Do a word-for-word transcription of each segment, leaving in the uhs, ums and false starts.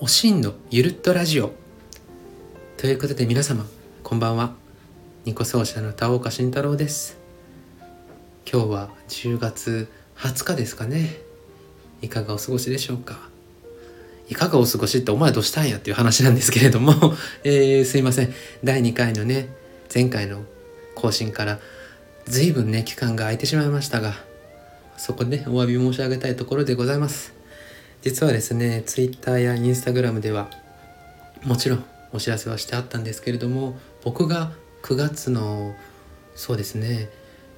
しんのゆるっとラジオということで、皆様こんばんは。ニコ奏者の田岡慎太郎です。今日はじゅうがつはつかですかね。いかがお過ごしでしょうか。いかがお過ごしってお前どうしたんやっていう話なんですけれども、えー、すいません。だいにかいのね、前回の更新からずいぶんね期間が空いてしまいましたが、そこで、ね、お詫び申し上げたいところでございます。実はですね、ツイッターやインスタグラムではもちろんお知らせはしてあったんですけれども、僕がくがつのそうですね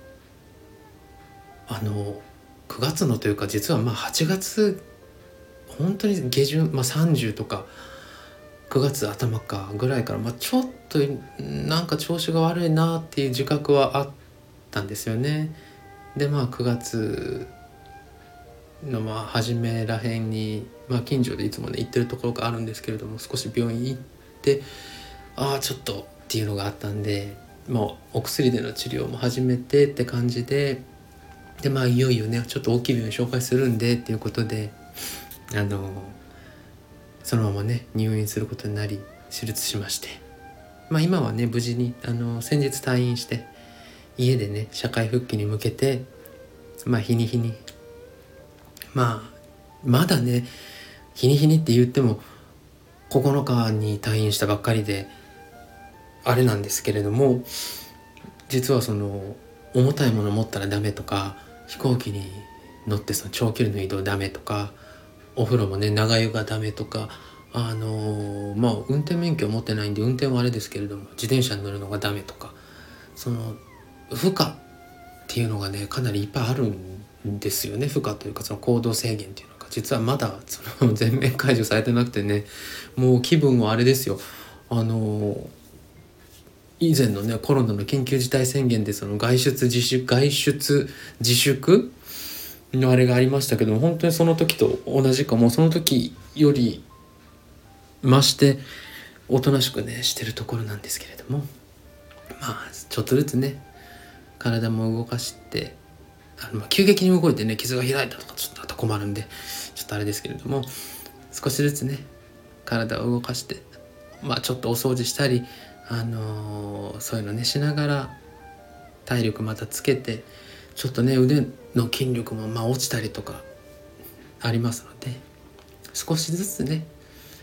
あのくがつのというか、実はまあはちがつ本当に下旬、まあ、さんじゅうとかくがつ頭かぐらいから、まあ、ちょっとなんか調子が悪いなっていう自覚はあったんですよね。でまあくがつのまあ初めらへんに、まあ、近所でいつもね行ってるところがあるんですけれども、少し病院行ってああちょっとっていうのがあったんで、もうお薬での治療も始めてって感じで、でまあいよいよねちょっと大きい病院紹介するんでっていうことで、あのそのままね入院することになり手術しまして、まあ今はね無事にあの先日退院して家でね社会復帰に向けて、まあ日に日にまあまだね日に日にって言ってもここのかに退院したばっかりであれなんですけれども、実はその重たいもの持ったらダメとか、飛行機に乗ってその長距離の移動ダメとか、お風呂もね長湯がダメとか、あのー、まあ運転免許を持ってないんで運転はあれですけれども自転車に乗るのがダメとか、その負荷っていうのがねかなりいっぱいあるんですよね。負荷というかその行動制限っていうのが実はまだその全面解除されてなくてね、もう気分はあれですよ。あのー以前のねコロナの緊急事態宣言でその外出自粛外出自粛のあれがありましたけども、本当にその時と同じか、もうその時より増しておとなしくねしてるところなんですけれども、まあちょっとずつね体も動かして、あの急激に動いてね傷が開いたとかちょっとあと困るんでちょっとあれですけれども、少しずつね体を動かして、まあちょっとお掃除したり、あのー、そういうのねしながら体力またつけて、ちょっとね腕の筋力もまあ落ちたりとかありますので、少しずつね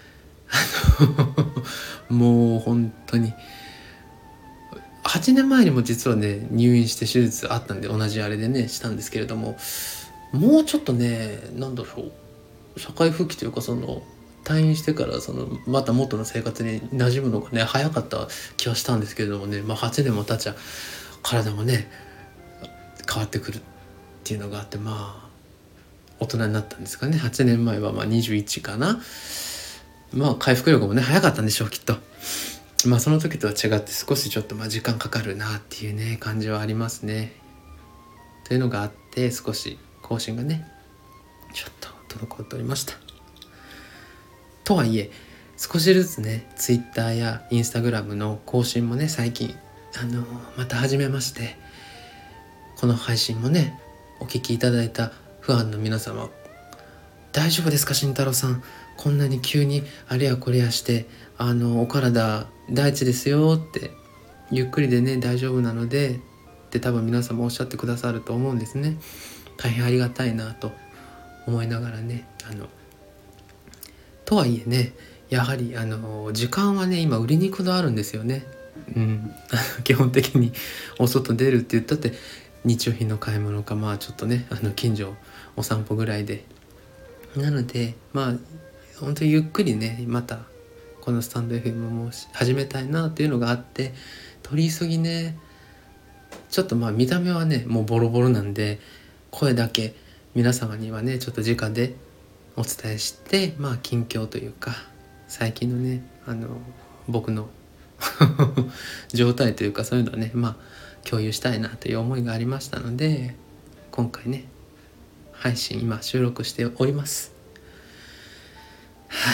あのもう本当にはちねんまえにも実はね入院して手術あったんで、同じあれでねしたんですけれども、もうちょっとねなんだろう社会復帰というか、その退院してからそのまた元の生活に馴染むのがね早かった気はしたんですけれどもね、まあはちねんも経っちゃ体もね変わってくるっていうのがあって、まあ大人になったんですかね。はちねんまえはまあにじゅういちかな。まあ回復力もね早かったんでしょうきっと。まあその時とは違って少しちょっとまあ時間かかるなっていうね感じはありますね。というのがあって、少し更新がねちょっと滞っておりました。とはいえ少しずつねツイッターやインスタグラムの更新もね最近あのまた始めまして、この配信もねお聞きいただいたファンの皆様、大丈夫ですか慎太郎さん、こんなに急にあれやこれやしてあのお体大事ですよって、ゆっくりでね大丈夫なのでって多分皆様おっしゃってくださると思うんですね。大変ありがたいなと思いながらね、あのとはいえねやはりあの時間はね今売りにくどあるんですよね。うん、基本的にお外出るって言ったって日用品の買い物か、まあちょっとねあの近所お散歩ぐらいで、なのでまあ本当にゆっくりねまたこのスタンド エフエム も始めたいなっていうのがあって、取り急ぎねちょっとまあ見た目はねもうボロボロなんで、声だけ皆様にはねちょっと直でお伝えして、まあ近況というか最近のねあの僕の状態というかそういうのはねまあ共有したいなという思いがありましたので、今回ね配信今収録しております。はい、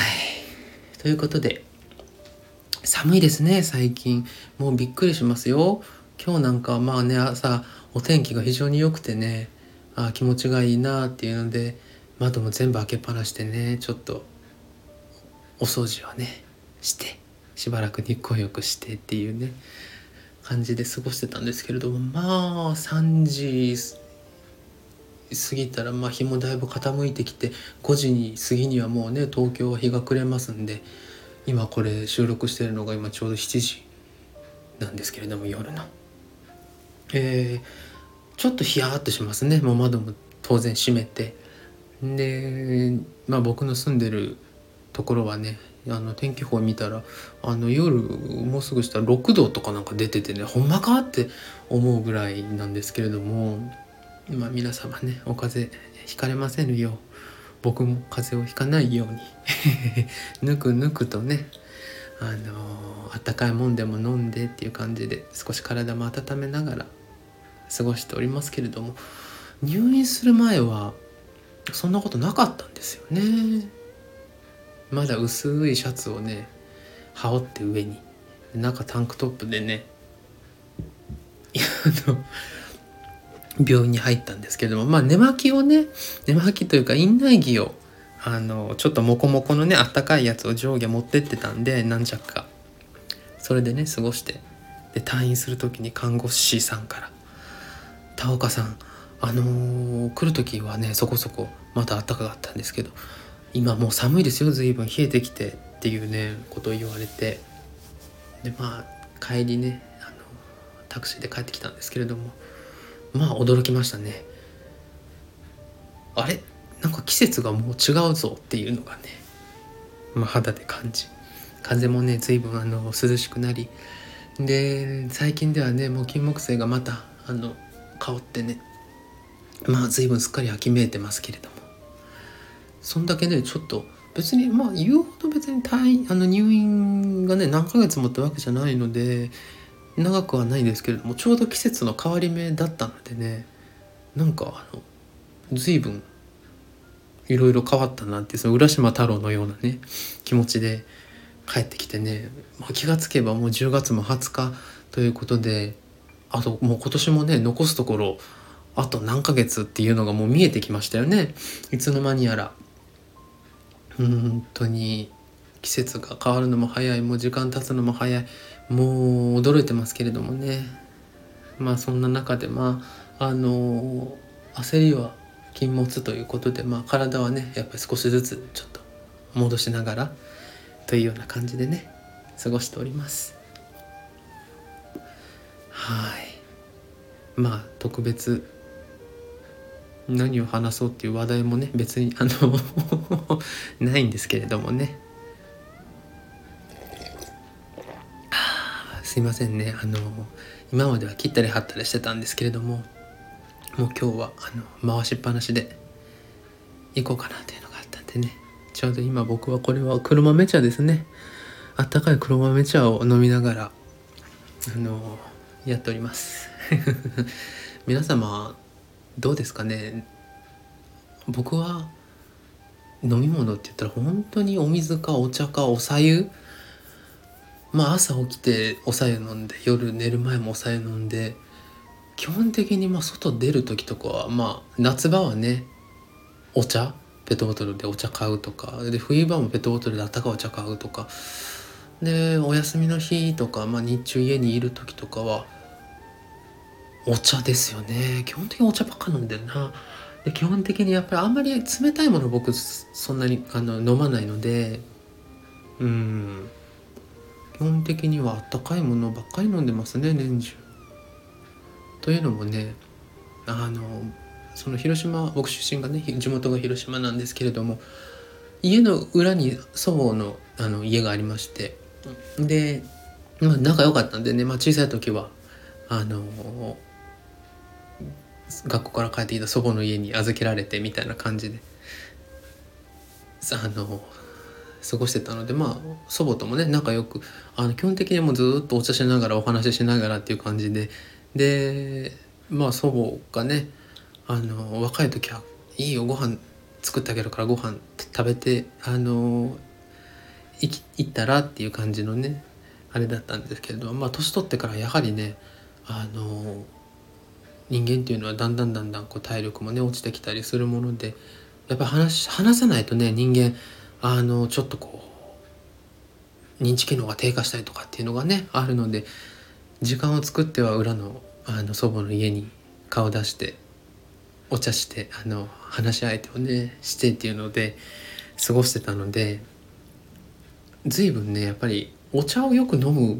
ということで寒いですね最近。もうびっくりしますよ。今日なんかはまあね朝お天気が非常に良くてね、あ気持ちがいいなっていうので窓も全部開けっぱなしてねちょっとお掃除をねしてしばらく日光浴してっていうね感じで過ごしてたんですけれども、まあさんじ過ぎたらまあ日もだいぶ傾いてきて、ごじに過ぎにはもうね東京は日が暮れますんで、今これ収録しているのが今ちょうどしちじなんですけれども、夜のえー、ちょっとヒヤーっとしますね。もう窓も当然閉めて、でまあ僕の住んでるところはね、あの天気予報見たらあの夜もうすぐしたらろくどとかなんか出ててね、ほんまかって思うぐらいなんですけれども、まあ皆様ねお風邪ひかれませぬよう、僕も風邪をひかないようにぬくぬくとね、あのー、あったかいもんでも飲んでっていう感じで少し体も温めながら過ごしておりますけれども、入院する前はそんなことなかったんですよね。まだ薄いシャツをね羽織って上に中タンクトップでねあの病院に入ったんですけども、まあ寝巻きをね寝巻きというか院内着をあのちょっとモコモコのねあったかいやつを上下持ってってたんで、何着かそれでね過ごして、で退院する時に看護師さんから「田岡さん、あのー、来る時はねそこそこまだあったかかったんですけど、今もう寒いですよ、随分冷えてきて」っていうねことを言われて、でまあ帰りねあのタクシーで帰ってきたんですけれども、まあ驚きましたね。あれなんか季節がもう違うぞっていうのがね、まあ、肌で感じ、風もね随分あの涼しくなり、で最近ではねもう金木犀がまたあの香ってね、まあ随分すっかり秋めいてますけれども、そんだけねちょっと別にまあ言うほど別に退院あの入院がね何ヶ月もってわけじゃないので長くはないんですけれども、ちょうど季節の変わり目だったのでね、なんかあの随分いろいろ変わったなって、その浦島太郎のようなね気持ちで帰ってきてね、まあ、気がつけばもうじゅうがつもはつかということで、あともう今年もね残すところあと何ヶ月っていうのがもう見えてきましたよね。いつの間にやら本当に季節が変わるのも早い、もう時間経つのも早い、もう驚いてますけれどもね。まあそんな中でまああの焦りは禁物ということで、まあ体はねやっぱり少しずつちょっと戻しながらというような感じでね過ごしております。はい。まあ特別何を話そうっていう話題もね別にあのないんですけれどもね。すいませんね、あの今までは切ったり貼ったりしてたんですけれども、もう今日はあの回しっぱなしで行こうかなというのがあったんでね、ちょうど今僕はこれは黒豆茶ですね、あったかい黒豆茶を飲みながらあのやっております皆様どうですかね。僕は飲み物って言ったら本当にお水かお茶かお白湯、まあ朝起きてお白湯飲んで夜寝る前もお白湯飲んで、基本的にまあ外出る時とかはまあ夏場はねお茶ペットボトルでお茶買うとかで、冬場もペットボトルであったかいお茶買うとかで、お休みの日とか、まあ、日中家にいる時とかはお茶ですよね。基本的にお茶ばっか飲んでるな。で基本的にやっぱりあんまり冷たいもの僕そんなにあの飲まないので、うん基本的にはあったかいものばっかり飲んでますね年中。というのもね、あのその広島、僕出身がね地元が広島なんですけれども、家の裏に祖母の、あの家がありまして、で、まあ、仲良かったんでね、まあ、小さい時はあの学校から帰ってきた祖母の家に預けられてみたいな感じであの過ごしてたので、まあ祖母ともね仲良く、あの基本的にもうずっとお茶しながらお話ししながらっていう感じで、でまあ祖母がねあの若い時はいいよご飯作ってあげるからご飯食べてあの行き行ったらっていう感じのねあれだったんですけれど、まあ年取ってからやはりねあの人間っていうのはだんだんだんだんこう体力もね落ちてきたりするもので、やっぱり話話さないとね人間あのちょっとこ認知機能が低下したりとかっていうのがねあるので、時間を作っては裏のあの祖母の家に顔出してお茶してあの話し相手をねしてっていうので過ごしてたので、随分ねやっぱりお茶をよく飲む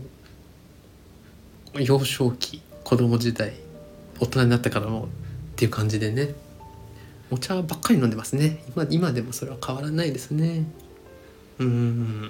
幼少期、子供時代、大人になってからもっていう感じでね、お茶ばっかり飲んでますね。今、今でもそれは変わらないですね。うーん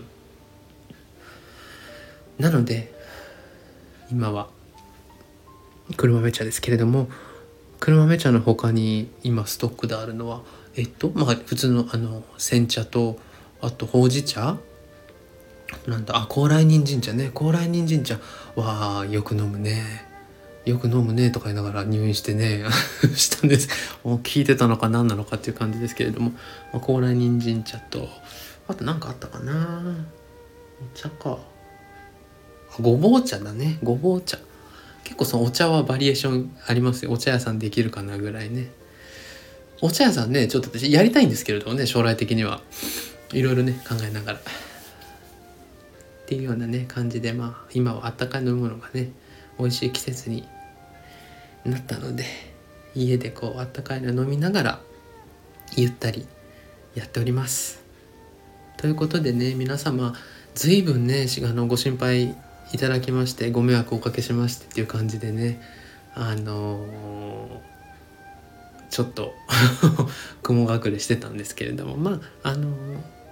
なので今は黒豆茶ですけれども、黒豆茶の他に今ストックであるのはえっとまあ普通のあの煎茶と、あとほうじ茶、なんだあ高麗人参茶ね、高麗人参茶はよく飲むねよく飲むねとか言いながら入院してねしたんです。もう聞いてたのか何なのかっていう感じですけれども、まあ、高麗人参茶と、あと何かあったかな、お茶か、ごぼう茶だね、ごぼう茶。結構そのお茶はバリエーションありますよ。お茶屋さんできるかなぐらいね。お茶屋さんねちょっと私やりたいんですけれどもね、将来的にはいろいろね考えながらっていうようなね感じで、まあ今はあったかい飲み物がね美味しい季節になったので、家でこうあったかいの飲みながらゆったりやっております。ということでね、皆様随分ねあのご心配いただきましてご迷惑をおかけしましてっていう感じでね、あのー、ちょっと雲隠れしてたんですけれども、まああのー、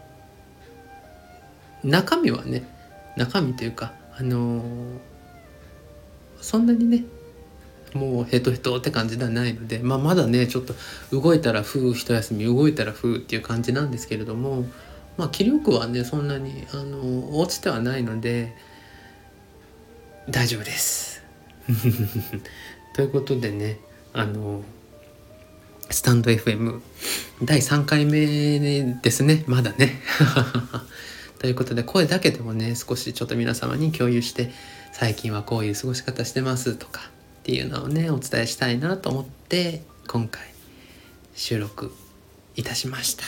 中身はね中身というかあのー、そんなにねもうヘトヘトって感じではないので、まあ、まだねちょっと動いたらふう一休み、動いたらふうっていう感じなんですけれども、まあ気力はねそんなにあの落ちてはないので大丈夫ですということでね、あのスタンド エフエム だいさんかいめですね、まだねということで声だけでもね少しちょっと皆様に共有して、最近はこういう過ごし方してますとかっていうのをねお伝えしたいなと思って今回収録いたしました。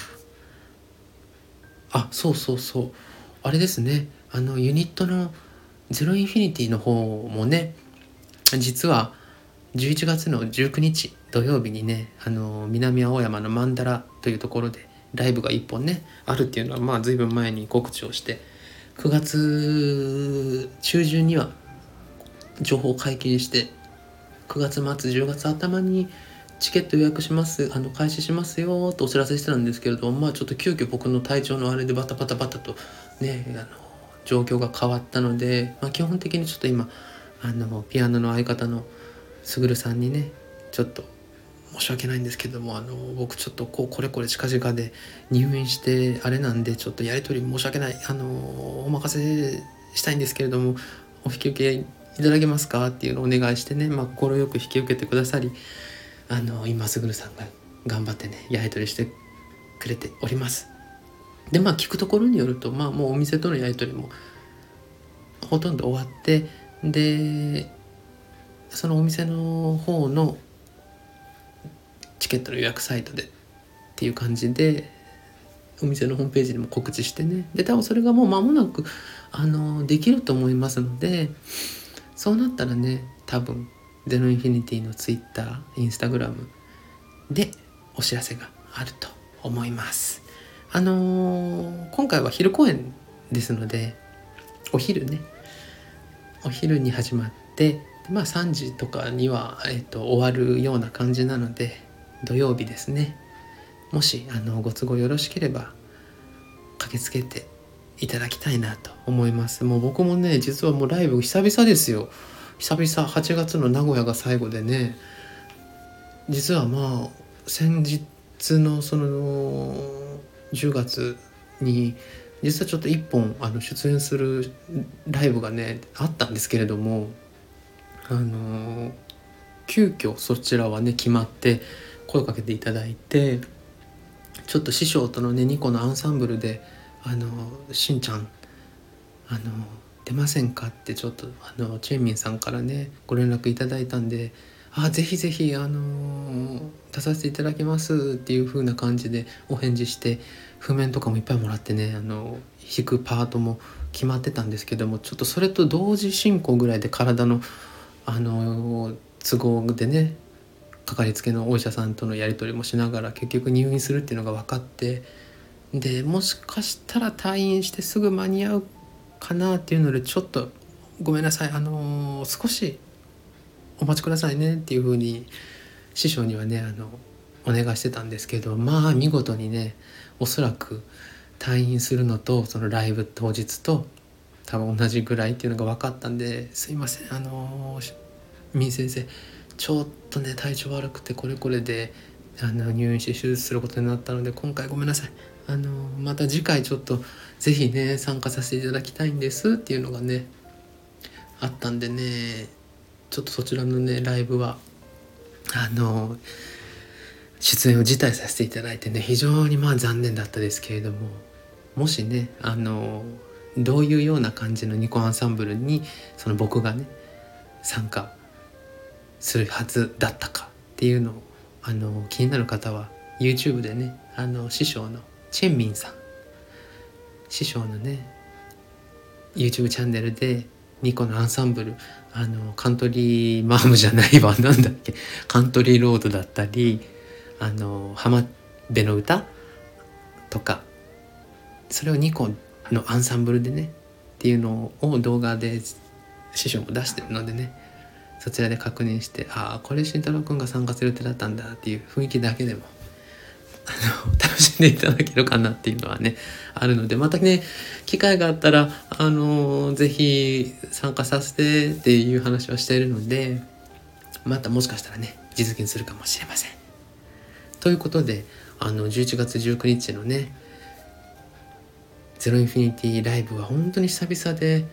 あ、そうそうそう、あれですね、あのユニットのゼロインフィニティの方もね、実はじゅういちがつのじゅうくにち土曜日にね、あの南青山のマンダラというところでライブがいっぽんねあるっていうのはまあ随分前に告知をして、くがつちゅうじゅんには情報解禁して、くがつまつじゅうがつあたまにチケット予約しますあの開始しますよとお知らせしてたんですけれども、まあちょっと急遽僕の体調のあれでバタバタバタとねあの状況が変わったので、まあ、基本的にちょっと今あのピアノの相方のすぐるさんにねちょっと申し訳ないんですけども、あの僕ちょっとこうこれこれ近々で入院してあれなんでちょっとやり取り申し訳ない、あのお任せしたいんですけれどもお引き受けいただけますかっていうのをお願いしてね、まあ快く引き受けてくださり、あの今すぐるさんが頑張ってねやり取りしてくれております。でまあ聞くところによると、まあもうお店とのやり取りもほとんど終わって、でそのお店の方のチケットの予約サイトでっていう感じでお店のホームページにも告知してね、で多分それがもう間もなくあのできると思いますので、そうなったらね多分ゼロインフィニティのツイッター、インスタグラムでお知らせがあると思います。あのー、今回は昼公演ですので、お昼ねお昼に始まって、まあさんじとかには、えーと、終わるような感じなので、土曜日ですね、もしあのご都合よろしければ駆けつけていただきたいなと思います。もう僕もね実はもうライブ久々ですよ。久々はちがつの名古屋が最後でね、実はまあ先日のそのじゅうがつに実はちょっといっぽんあの出演するライブがねあったんですけれども、あの急遽そちらはね決まって声かけていただいて、ちょっと師匠とのねにこのアンサンブルであのしんちゃんあの出ませんかってちょっとあのチェンミンさんからねご連絡いただいたんで、あぜひぜひあの出させていただきますっていう風な感じでお返事して、譜面とかもいっぱいもらってね、あの弾くパートも決まってたんですけども、ちょっとそれと同時進行ぐらいで体のあの都合でね、かかりつけのお医者さんとのやり取りもしながら結局入院するっていうのが分かって、でもしかしたら退院してすぐ間に合うかなっていうので、ちょっとごめんなさい、あの少しお待ちくださいねっていうふうに師匠にはねあのお願いしてたんですけど、まあ見事にね、おそらく退院するのとそのライブ当日と多分同じぐらいっていうのが分かったんで、すいません、あのみん先生ちょっとね体調悪くてこれこれであの入院して手術することになったので、今回ごめんなさい、あのまた次回ちょっとぜひね参加させていただきたいんですっていうのがねあったんでね、ちょっとそちらのねライブはあの出演を辞退させていただいてね、非常にまあ残念だったですけれども、もしねあのどういうような感じのニコアンサンブルにその僕がね参加するはずだったかっていうのをあの気になる方は YouTube でね、あの師匠のチェンミンさん、師匠のね YouTube チャンネルでニコのアンサンブル、あのカントリーマームじゃないわなんだっけカントリーロードだったり、あの浜辺の歌とか、それをニコのアンサンブルでねっていうのを動画で師匠も出してるのでね、そちらで確認して、ああこれ慎太郎くんが参加する予定だったんだっていう雰囲気だけでもあの楽しんでいただけるかなっていうのはねあるので、またね機会があったらあのぜひ参加させてっていう話はしているので、またもしかしたらね実現するかもしれません。ということで、あのじゅういちがつじゅうくにちのねゼロインフィニティライブは本当に久々で、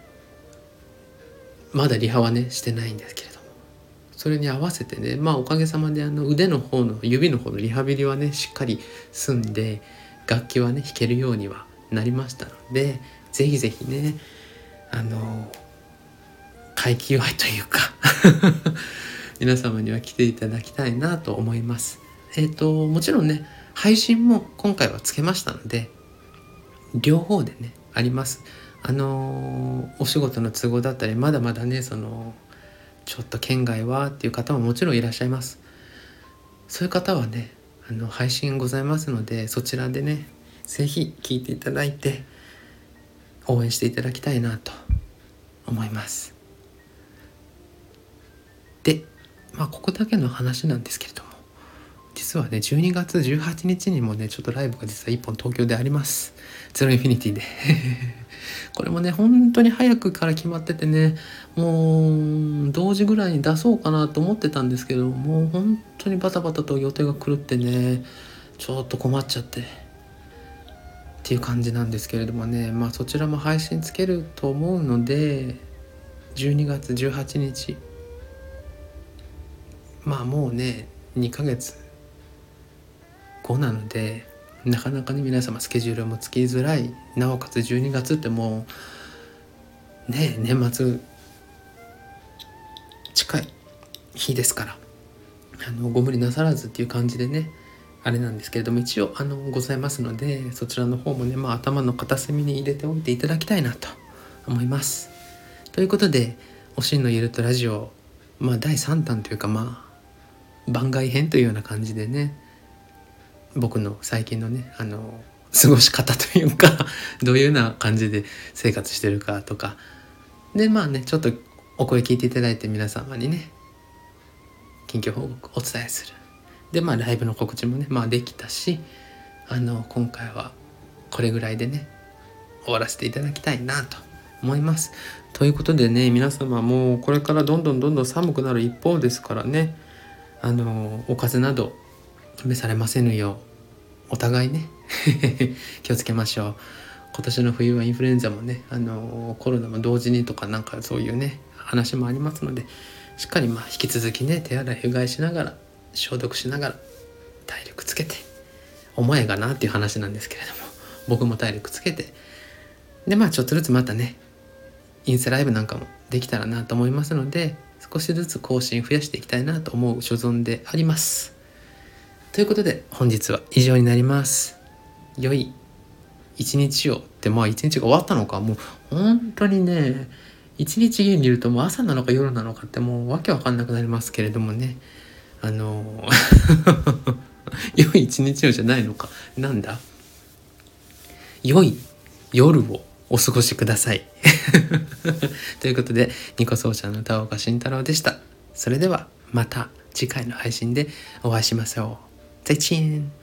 まだリハはねしてないんですけれども、それに合わせてね、まあおかげさまであの腕の方の指の方のリハビリはねしっかり済んで、楽器はね弾けるようにはなりましたので、ぜひぜひねあの快気祝いというか皆様には来ていただきたいなと思います。えっともちろんね配信も今回はつけましたので、両方でねあります。あのお仕事の都合だったり、まだまだねそのちょっと県外はっていう方ももちろんいらっしゃいます。そういう方はねあの配信ございますので、そちらでねぜひ聞いていただいて応援していただきたいなと思います。で、まあここだけの話なんですけれども、実はねじゅうにがつじゅうはちにちにもねちょっとライブが実はいっぽん東京であります。ゼロインフィニティでこれもね本当に早くから決まっててね、もう同時ぐらいに出そうかなと思ってたんですけど、もう本当にバタバタと予定が狂ってねちょっと困っちゃってっていう感じなんですけれどもね、まあそちらも配信つけると思うので、じゅうにがつじゅうはちにち、まあもうねにかげつごなので、なかなかね皆様スケジュールもつきづらい、なおかつじゅうにがつってもうね年末近い日ですから、あのご無理なさらずっていう感じでねあれなんですけれども、一応あのございますので、そちらの方もね、まあ、頭の片隅に入れておいていただきたいなと思います。ということでおしんのゆるとラジオ、まあだいさんだんというか、まあ番外編というような感じでね、僕の最近のねあの過ごし方というかどういうような感じで生活してるかとかで、まあねちょっとお声聞いていただいて皆様にね近況報告お伝えする。でまあライブの告知もねまあできたし、あの今回はこれぐらいでね終わらせていただきたいなと思います。ということでね、皆様もうこれからどんどんどんどん寒くなる一方ですからね、あのお風邪など召されませぬようお互いね気をつけましょう。今年の冬はインフルエンザもね、あのコロナも同時にとかなんかそういうね話もありますので、しっかりまあ引き続きね手洗いうがいしながら消毒しながら体力つけて、お前がなっていう話なんですけれども、僕も体力つけて、でまあちょっとずつまたねインスタライブなんかもできたらなと思いますので、少しずつ更新増やしていきたいなと思う所存であります。ということで本日は以上になります。良い一日をってまあ一日が終わったのか、もう本当にね一日家にいるともう朝なのか夜なのかってもうわけわかんなくなりますけれどもね、あの良い一日をじゃないのか、なんだ、良い夜をお過ごしくださいということで、ニコ奏者の田岡慎太郎でした。それではまた次回の配信でお会いしましょう。再见。